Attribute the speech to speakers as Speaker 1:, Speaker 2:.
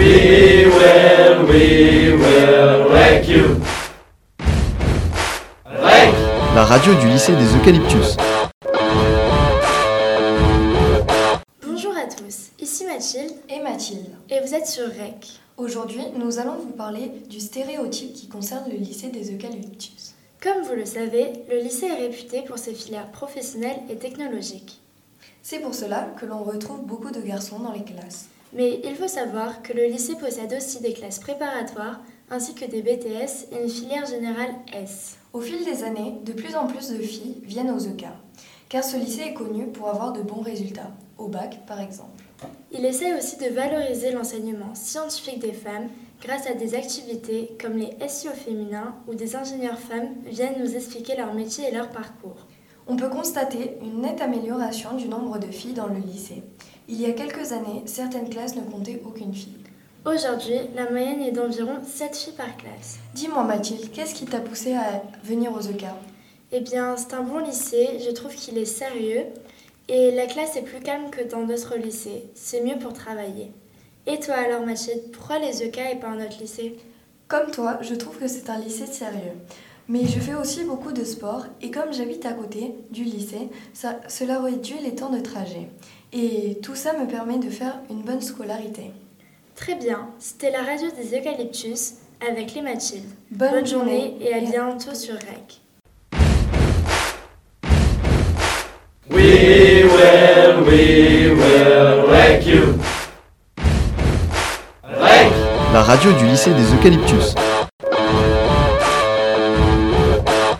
Speaker 1: We will wreck you. Wreck.
Speaker 2: La radio du lycée des Eucalyptus.
Speaker 3: Bonjour à tous, ici Mathilde
Speaker 4: et Mathilde.
Speaker 3: Et vous êtes sur REC.
Speaker 4: Aujourd'hui, nous allons vous parler du stéréotype qui concerne le lycée des Eucalyptus.
Speaker 3: Comme vous le savez, le lycée est réputé pour ses filières professionnelles et technologiques.
Speaker 4: C'est pour cela que l'on retrouve beaucoup de garçons dans les classes.
Speaker 3: Mais il faut savoir que le lycée possède aussi des classes préparatoires ainsi que des BTS et une filière générale S.
Speaker 4: Au fil des années, de plus en plus de filles viennent aux EUCA, car ce lycée est connu pour avoir de bons résultats, au bac par exemple.
Speaker 3: Il essaie aussi de valoriser l'enseignement scientifique des femmes grâce à des activités comme les SEO féminins où des ingénieurs femmes viennent nous expliquer leur métier et leur parcours.
Speaker 4: On peut constater une nette amélioration du nombre de filles dans le lycée. Il y a quelques années, certaines classes ne comptaient aucune fille.
Speaker 3: Aujourd'hui, la moyenne est d'environ 7 filles par classe.
Speaker 4: Dis-moi Mathilde, qu'est-ce qui t'a poussé à venir aux EUCA ?
Speaker 3: Eh bien, c'est un bon lycée, je trouve qu'il est sérieux et la classe est plus calme que dans d'autres lycées. C'est mieux pour travailler. Et toi alors Mathilde, pourquoi les EUCA et pas un autre lycée ?
Speaker 4: Comme toi, je trouve que c'est un lycée sérieux. Mais je fais aussi beaucoup de sport et comme j'habite à côté du lycée, cela réduit les temps de trajet. Et tout ça me permet de faire une bonne scolarité.
Speaker 3: Très bien, c'était la radio des Eucalyptus avec les Mathildes.
Speaker 4: Bonne
Speaker 3: journée et à bientôt sur REC.
Speaker 1: We will wreck you. Wreck.
Speaker 2: La radio du lycée des Eucalyptus.